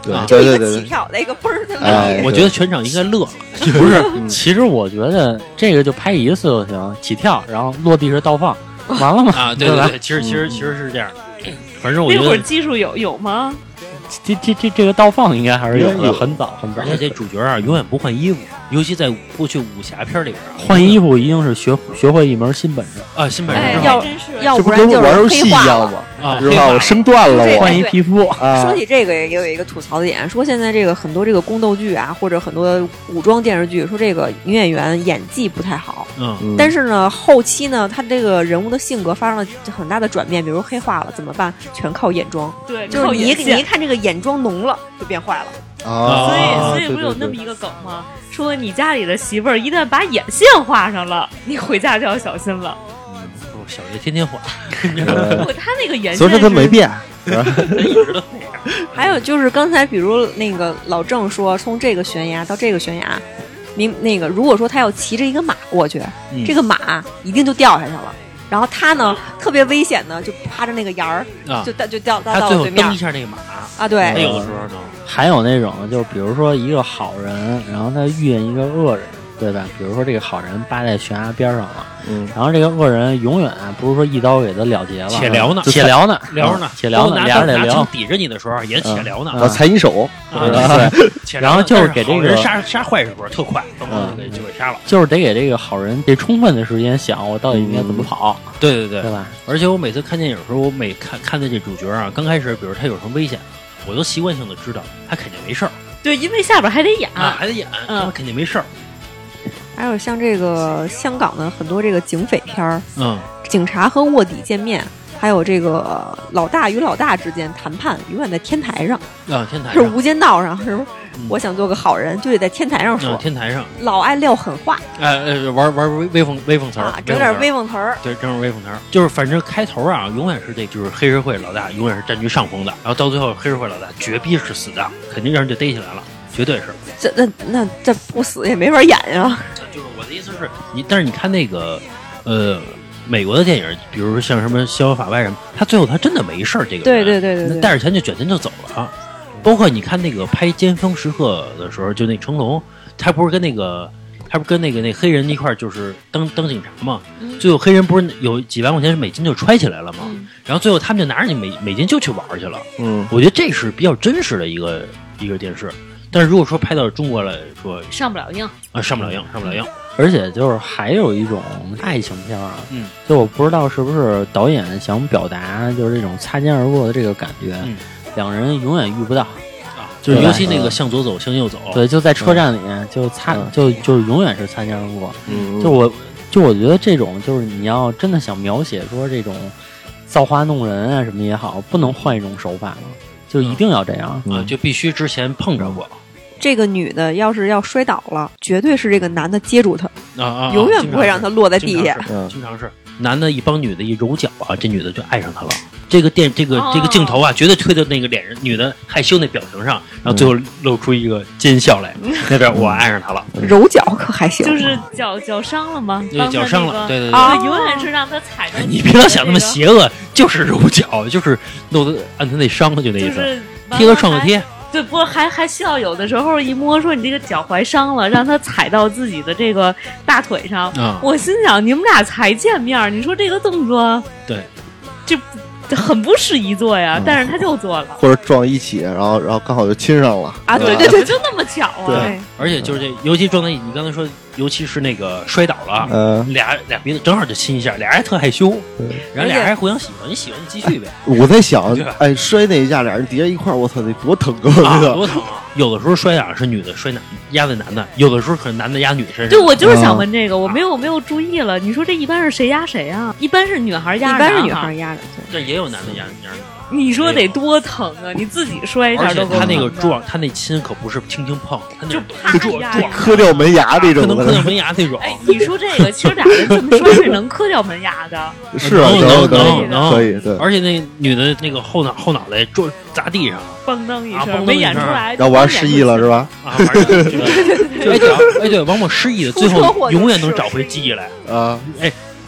就一个起跳那个嘣儿的问题。 我觉得全场应该乐了。 不是，其实我觉得这个就拍一次就行，起跳，然后落地是倒放，完了嘛。 啊，对对对，其实是这样。反正我觉得那会儿技术有吗？ 这个倒放应该还是有的，很早。 而且这主角啊，永远不换衣服，尤其在过去武侠片里边啊， 换衣服一定是学会一门新本事啊，新本事。 要不然就是玩游戏一样嘛，是吧？我升段了，我换一皮肤。 说起这个也有一个吐槽的点，说现在这个很多这个宫斗剧啊，或者很多武装电视剧，说这个女演员演技不太好。但是呢，后期呢，她这个人物的性格发生了很大的转变，比如黑化了，怎么办？全靠眼妆。 对， 就是你一看这个眼妆浓了，就变坏了。 所以不是有那么一个梗吗？说你家里的媳妇儿一旦把眼线画上了，你回家就要小心了。 小爷天天画， 他那个眼线， 所以说他没变， 一直都那样。 还有就是刚才比如那个老郑说，从这个悬崖到这个悬崖，那个如果说他要骑着一个马过去，这个马一定就掉下去了。然后他呢，特别危险的，就趴着那个沿儿，就掉到他最后对面。 蹬一下那个马啊，对。 他有的时候呢， 还有那种，就比如说一个好人，然后他遇见一个恶人，对吧？比如说这个好人扒在悬崖边上了，然后这个恶人永远不是说一刀给他了结了， 且聊呢， 俩人得聊， 抵着你的时候也且聊呢， 踩你手， 对，然后就是给这个杀坏人时候特快，就给杀了， 就是得给这个好人这充分的时间想我到底应该怎么跑， 对吧？ 而且我每次看电影的时候，我每看的这主角啊，刚开始比如他有什么危险，我都习惯性的知道他肯定没事儿， 对，因为下边还得演， 还得演，他肯定没事儿。 还有像这个香港的很多这个警匪片儿，警察和卧底见面，还有这个老大与老大之间谈判，永远在天台上天台上是无间道上，是不是？我想做个好人，就得在天台上说。 天台上老爱撂狠话， 玩威风词儿， 整点威风词儿。 对，整点威风词儿。就是反正开头啊，永远是就是黑社会老大永远是占据上风的，然后到最后黑社会老大绝逼是死的，肯定让人就逮起来了。绝对是， 这不死也没法演呀。 就是我的意思是你，但是你看那个美国的电影，比如说像什么《逍遥法外》什么，他最后他真的没事儿，这个人对， 带着钱就卷钱就走了。包括你看那个拍《尖峰时刻》的时候，就那成龙，他不是跟那个那黑人一块儿就是当警察嘛，最后黑人不是有几万块钱美金就揣起来了嘛，然后最后他们就拿着你美金就去玩去了。我觉得这是比较真实的一个电视。但是如果说拍到中国来说， 上不了映啊，上不了映。 而且就是还有一种爱情片啊，就我不知道是不是导演想表达就是这种擦肩而过的这个感觉，两人永远遇不到啊，就是尤其那个向左走向右走， 对，就在车站里就就是永远是擦肩而过。就我觉得这种就是你要真的想描写说这种造化弄人啊什么也好，不能换一种手法了。就一定要这样就必须之前碰着过。 这个女的要是要摔倒了，绝对是这个男的接住她永远不会让她落在地下。 经常是男的一帮女的一揉脚啊，这女的就爱上他了。这个镜头啊，绝对推到那个女的害羞那表情上，然后最后露出一个奸笑来。那边我爱上他了， 揉脚可还行， 就是脚伤了吗？ 对，脚伤了，对， 永远是让他踩着。 你别老想那么邪恶，就是揉脚，就是弄得按他那伤就那意思，贴个创可贴。 对，不还需要有的时候一摸说你这个脚踝伤了，让他踩到自己的这个大腿上。我心想你们俩才见面，你说这个动作， 对， 这很不适宜做呀，但是他就做了， 或者撞一起，然后刚好就亲上了啊！对，就那么巧啊！ 对，而且就是这，尤其撞在你刚才说，尤其是那个摔倒了，俩鼻子正好就亲一下，俩人还特害羞，然后俩人还互相喜欢，你喜欢你继续呗。 我在想，摔那一下，俩人叠在一块儿，我操，得多疼啊！ 多疼啊！有的时候摔倒是女的摔压在男的，有的时候可能男的压女的身上。 对，我就是想问这个，我没有注意了。你说这一般是谁压谁啊？一般是女孩压着， 一般是女孩压着， 但也有男的压女。 你说得多疼啊！你自己摔一下都。 而且他那个撞，他那亲可不是轻轻碰，他那撞磕掉门牙这种， 可能磕掉门牙那种。 哎，你说这个，其实俩人这么摔是能磕掉门牙的。 是啊，能可以。对， 而且那女的那个后脑袋砸地上， 嘣当一声，没演出来。 然后玩失忆了是吧？ 啊，对，王某失忆的，最后永远能找回记忆来啊！哎。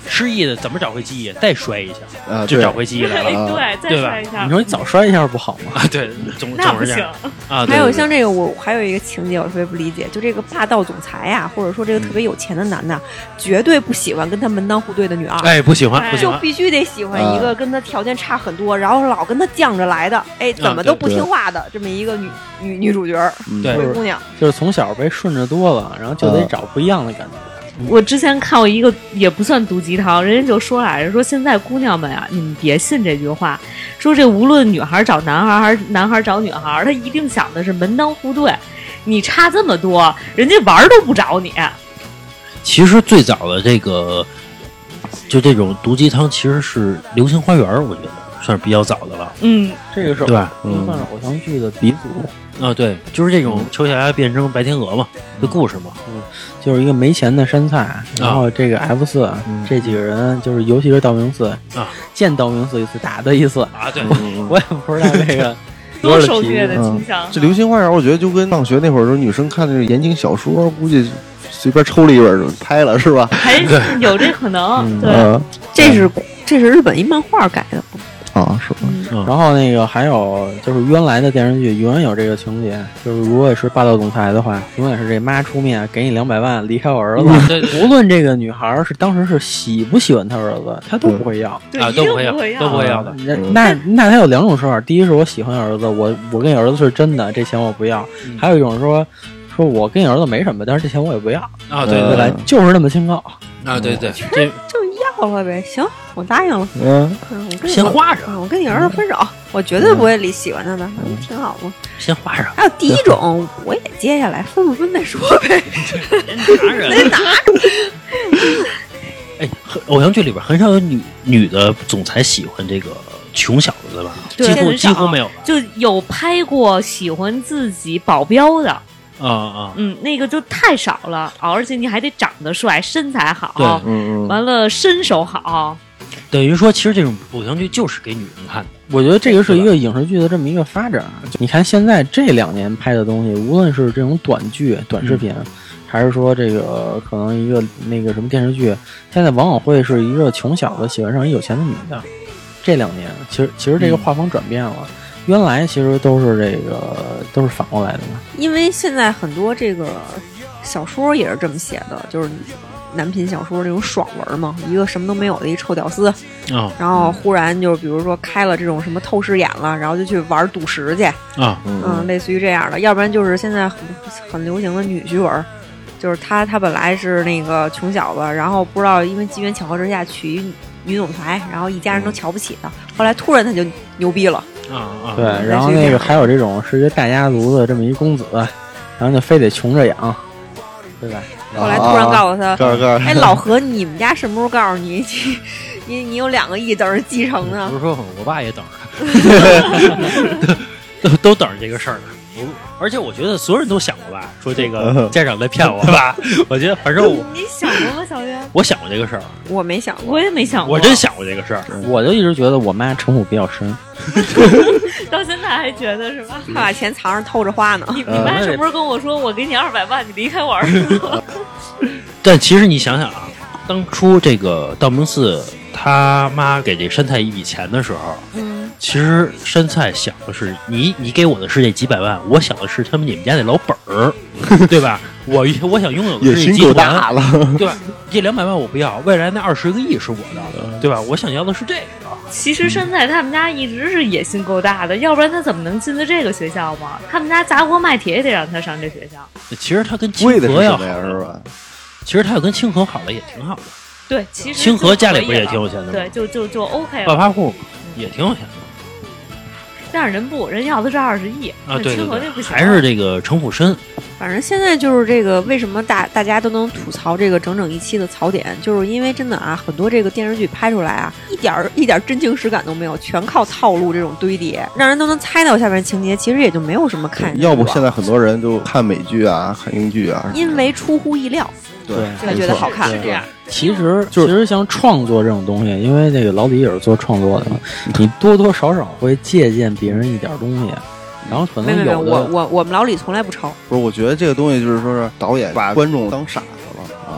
失忆的怎么找回记忆？再摔一下啊， 就找回记忆来了， 对，再摔一下。 你说你早摔一下不好吗？ 啊，对， 那不行啊。 还有像这个，我还有一个情节我特别不理解，就这个霸道总裁呀，或者说这个特别有钱的男的，绝对不喜欢跟他门当户对的女二， 哎，不喜欢， 就必须得喜欢一个跟他条件差很多，然后老跟他犟着来的，哎，怎么都不听话的这么一个女主角，灰姑娘， 就是从小被顺着多了，然后就得找不一样的感觉。 我之前看过一个也不算毒鸡汤，人家就说来着，说现在姑娘们啊，你们别信这句话，说这无论女孩找男孩还是男孩找女孩，他一定想的是门当户对，你差这么多，人家玩都不找你。 其实最早的这个就这种毒鸡汤其实是《流星花园》，我觉得算是比较早的了。 这个是对吧？ 算是偶像剧的鼻祖啊，对，就是这种秋霞变成白天鹅嘛的故事嘛。 就是一个没钱的山菜，然后这个 F4、这几个人，就是尤其是道明寺啊， 见道明寺一次打他一次啊，对， 我也不知道这个多受虐的倾向。 这《流星花园》我觉得就跟上学那会儿，说女生看那个言情小说，估计随便抽了一本就拍了，是吧？ 还有这可能，对， 这是日本一漫画改的。 啊，是吧？ 然后那个还有就是原来的电视剧永远有这个情节，就是如果是霸道总裁的话，永远是这妈出面给你200万离开我儿子，无论这个女孩是当时是喜不喜欢他儿子，他都不会要啊，都不会要，都不会要的。 那他有两种说法，第一是我喜欢儿子，我跟你儿子是真的，这钱我不要；还有一种说我跟你儿子没什么，但是这钱我也不要啊，对对对， 就是那么清高啊，对对， 这就要了呗，行，我答应了。 先花着， 我跟你儿子分手，我绝对不会喜欢他的，挺好嘛。 先花着。 还有第一种，我也接下来分不分再说呗， 拿着。哎，偶像剧里边很少有女的总裁喜欢这个穷小子的吧？几乎没有， 就有拍过喜欢自己保镖的。那个就太少了，而且你还得长得帅，身材好，完了身手好， 等于说，其实这种偶像剧就是给女人看的。 我觉得这个是一个影视剧的这么一个发展。你看现在这2年拍的东西，无论是这种短剧、短视频，还是说这个可能一个那个什么电视剧，现在往往会是一个穷小子喜欢上一有钱的女的。这2年，其实这个画风转变了。原来其实都是反过来的嘛， 因为现在很多这个小说也是这么写的，就是男频小说这种爽文嘛，一个什么都没有的一臭屌丝，然后忽然就比如说开了这种什么透视眼了，然后就去玩赌石去类似于这样的，要不然就是现在很流行的女婿文，就是他本来是那个穷小子，然后不知道因为机缘巧合之下娶一女总裁，然后一家人都瞧不起他，后来突然他就牛逼了。 对，然后那个还有这种是一个大家族的这么一公子，然后就非得穷着养，对吧？ 后来突然告诉他，哎，老何，你们家什么时候告诉你有2个亿等着继承呢？ 不是说我爸也等着都等着这个事儿呢。而且我觉得所有人都想过吧，说这个家长在骗我吧。我觉得反正你想过吗，小月？ 我想过这个事儿， 我没想过， 我也没想过， 我真想过这个事儿。 我就一直觉得我妈城府比较深， 到现在还觉得是吧？ 他把钱藏着偷着花呢。 你妈是不是跟我说我给你200万，你离开我儿子？ 但其实你想想啊，当初这个道明寺他妈给这山菜一笔钱的时候，其实山菜想的是你给我的是这几百万，我想的是你们家那老本儿，对吧？我想拥有的是这集团，对吧？这200万我不要，未来那20个亿是我的，对吧？我想要的是这个。 其实山菜他们家一直是野心够大的，要不然他怎么能进的这个学校嘛？他们家砸锅卖铁也得让他上这学校。 其实他跟清河要好是吧？其实他要跟清河好的也挺好的。 对，其实清河家里不也挺有钱的吗？ 对，就 OK 了。 暴发户也挺有钱的。 但是人要的是20亿啊，对对对， 不行， 还是这个城府深。 反正现在就是这个，为什么大家都能吐槽这个整整一期的槽点，就是因为真的啊，很多这个电视剧拍出来啊，一点真情实感都没有，全靠套路这种堆叠，让人都能猜到下面情节，其实也就没有什么看。 要不现在很多人就看美剧啊，看英剧啊， 因为出乎意料， 对， 才觉得好看。 是这样。 其实像创作这种东西，因为这个老李也是做创作的嘛，你多多少少会借鉴别人一点东西，然后可能有的我们老李从来不抄。 不是，我觉得这个东西就是说是导演把观众当傻子了啊，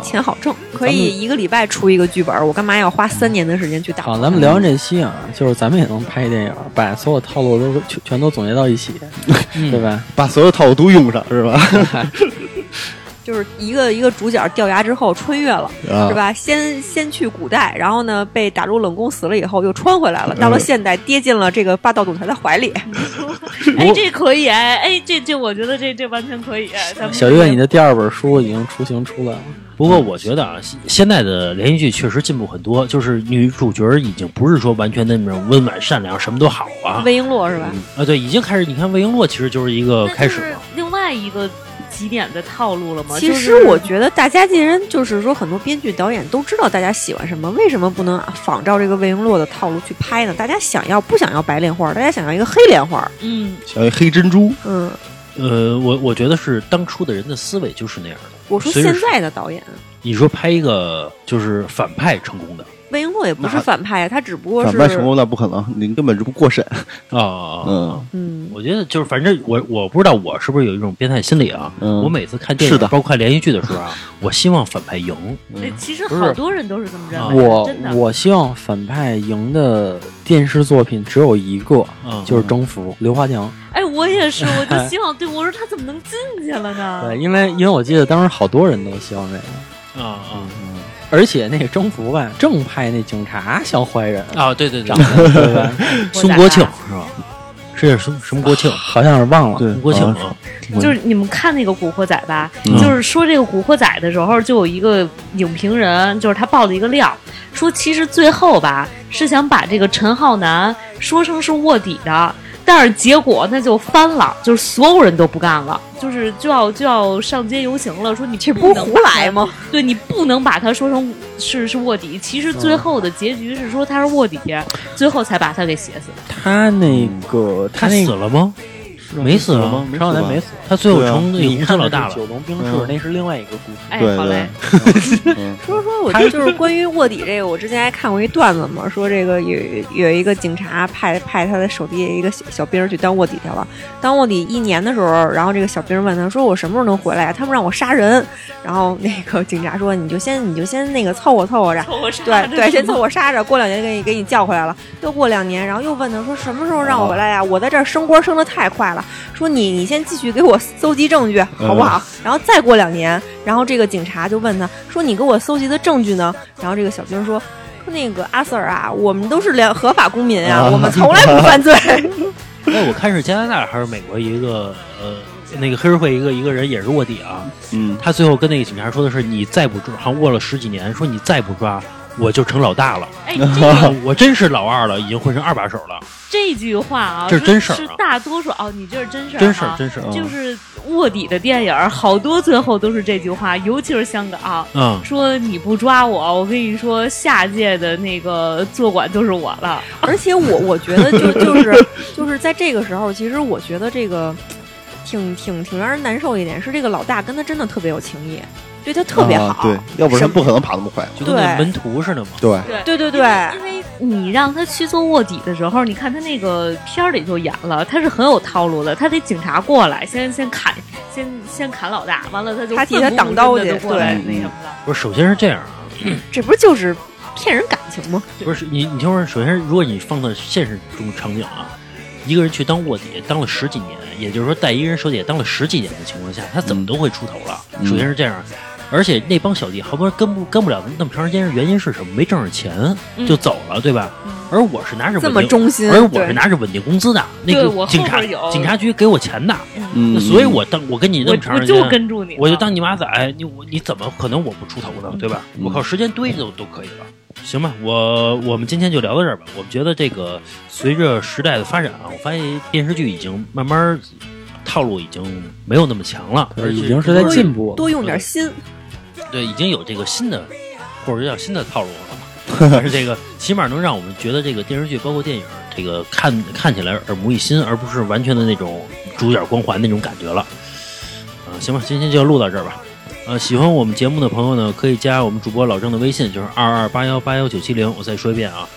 钱好挣，可以一个礼拜出一个剧本，我干嘛要花3年的时间去打？ 好，咱们聊完这期啊，就是咱们也能拍电影，把所有套路都全都总结到一起，对吧？ 把所有套路都用上，是吧？ 就是一个主角掉牙之后穿越了，是吧？先去古代，然后呢被打入冷宫死了以后又穿回来了，到了现代跌进了这个霸道总裁的怀里。 哎，这可以哎，这我觉得这完全可以。咱们小月，你的第2本书已经雏形出来了。 不过我觉得啊，现在的连续剧确实进步很多，就是女主角已经不是说完全的那种温婉善良，什么都好啊。 魏璎珞是吧？ 对，已经开始。你看魏璎珞其实就是一个开始嘛。 另外一个几点的套路了吗？ 其实我觉得大家既然就是说很多编剧导演都知道大家喜欢什么，为什么不能仿照这个魏璎珞的套路去拍呢？大家不想要白莲花，大家想要一个黑莲花， 想要一黑珍珠， 我觉得是当初的人的思维就是那样的。 我说现在的导演， 你说拍一个就是反派成功的， 魏璎珞也不是反派，他只不过是反派成功那不可能，你根本就不过审啊。我觉得就是反正我不知道我是不是有一种变态心理啊。我每次看电影，包括看连续剧的时候啊，我希望反派赢。 其实好多人都是这么认为。 我希望反派赢的电视作品只有一个，就是《征服》刘华强。 哎，我也是，我就希望，对，我说他怎么能进去了呢？ 对，因为我记得当时好多人都希望这个而且那个征服吧，正派那警察像坏人啊，对， 长得对吧？ 孙国庆是吧？是什么国庆？ 好像是忘了。 对，国庆啊。 就是你们看那个《古惑仔》吧，就是说这个《古惑仔》的时候，就有一个影评人，就是他爆了一个料，说其实最后吧是想把这个陈浩南说成是卧底的。但是结果那就翻了，就是所有人都不干了，就要上街游行了，说你这不胡来吗？ 对，你不能把他说成是卧底。其实最后的结局是说他是卧底，最后才把他给写死。 他死了吗？没死吗？ 陈浩南没死， 他最后成那个公司老大了。 九龙冰室那是另外一个故事。 哎，好嘞。 说，我就是关于卧底这个，我之前还看过一段子嘛，说这个有一个警察派他的手底下一个小兵去当卧底去了。当卧底1年的时候，然后这个小兵问他说：“我什么时候能回来呀？他们让我杀人。”然后那个警察说：“你就先那个凑合着，对，先凑合杀着，过2年给你叫回来了。”又过2年，然后又问他说：“什么时候让我回来呀？我在这儿升官升得太快了。”说你先继续给我搜集证据好不好？然后再过2年，然后这个警察就问他说：“你给我搜集的证据呢？”然后这个小兵说：“那个阿 Sir 啊，我们都是合法公民啊，我们从来不犯罪。” 那我看是加拿大还是美国一个那个黑社会一个人也是卧底啊。他最后跟那个警察说的是：“你再不抓，好像卧了10几年，说你再不抓。”我就成老大了， 哎， 我真是老2了，已经混成2把手了。 这句话啊， 这是真事儿， 是大多数你这是真事儿， 真事儿， 就是卧底的电影，好多最后都是这句话，尤其是香港，说你不抓我跟你说，下届的那个坐馆就是我了。 而且我觉得就是在这个时候，其实我觉得这个挺让人难受一点，是这个老大跟他真的特别有情谊。对他特别好， 对，要不然不可能跑那么快， 就跟那门徒似的嘛。 对， 因为你让他去做卧底的时候，你看他那个片儿里就演了，他是很有套路的，他得警察过来，先砍老大，完了他替他挡刀去， 对，那什么的。 不是，首先是这样啊， 这不就是骗人感情吗？ 不是，你听说，首先如果你放到现实中场景啊。一个人去当卧底，当了10几年，也就是说带一个人手底下当了10几年的情况下，他怎么都会出头了。首先是这样，而且那帮小弟好多人跟不了那么长时间，原因是什么？没挣着钱就走了，对吧？而我是拿着这么忠心， 而我是拿着稳定工资的，那个警察局给我钱的，所以我跟你那么长时间， 我就跟住你， 我就当你马仔，你怎么可能我不出头呢？对吧？我靠时间堆着都可以了。行吧，我们今天就聊到这儿吧。我们觉得这个随着时代的发展啊，我发现电视剧已经慢慢套路已经没有那么强了， 已经是在进步， 多用点心。 对，已经有这个新的或者叫新的套路了。但是这个起码能让我们觉得这个电视剧包括电影这个看起来耳目一新，而不是完全的那种主角光环那种感觉了。行吧，今天就录到这儿吧。喜欢我们节目的朋友呢，可以加我们主播老郑的微信，就是2281819970。我再说一遍啊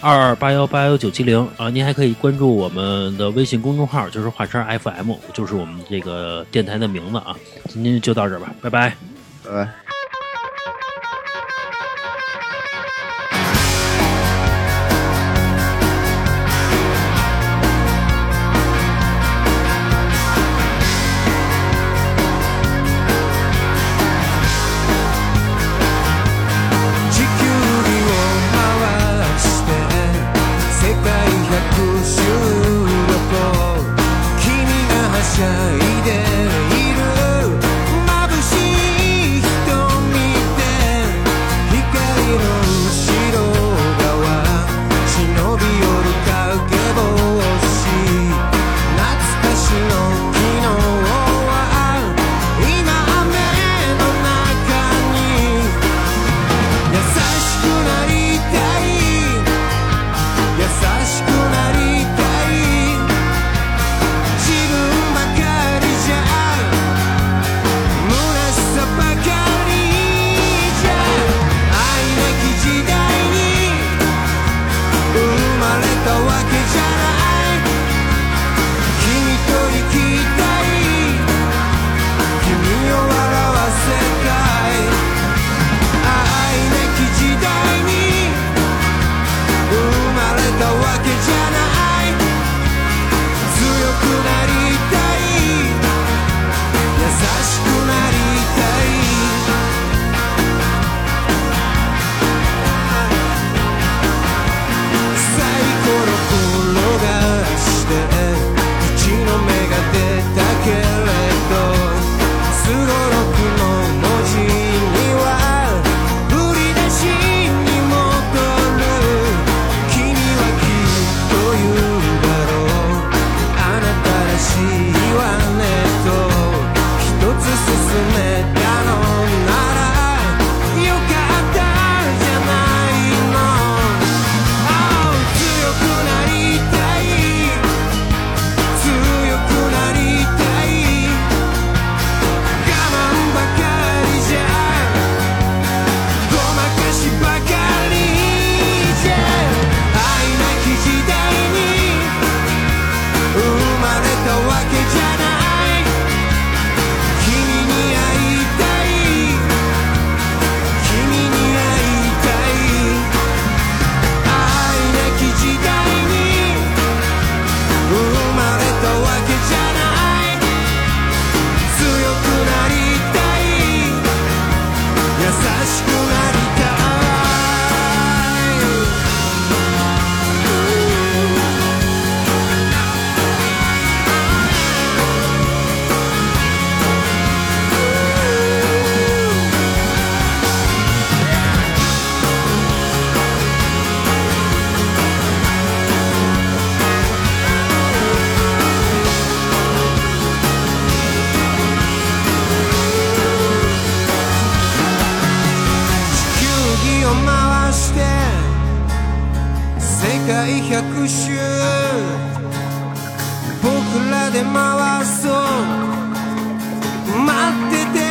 ，2281819970啊。您还可以关注我们的微信公众号，就是华山 FM， 就是我们这个电台的名字啊。今天就到这儿吧，拜拜， 拜拜。 界100周僕らで回そう待ってて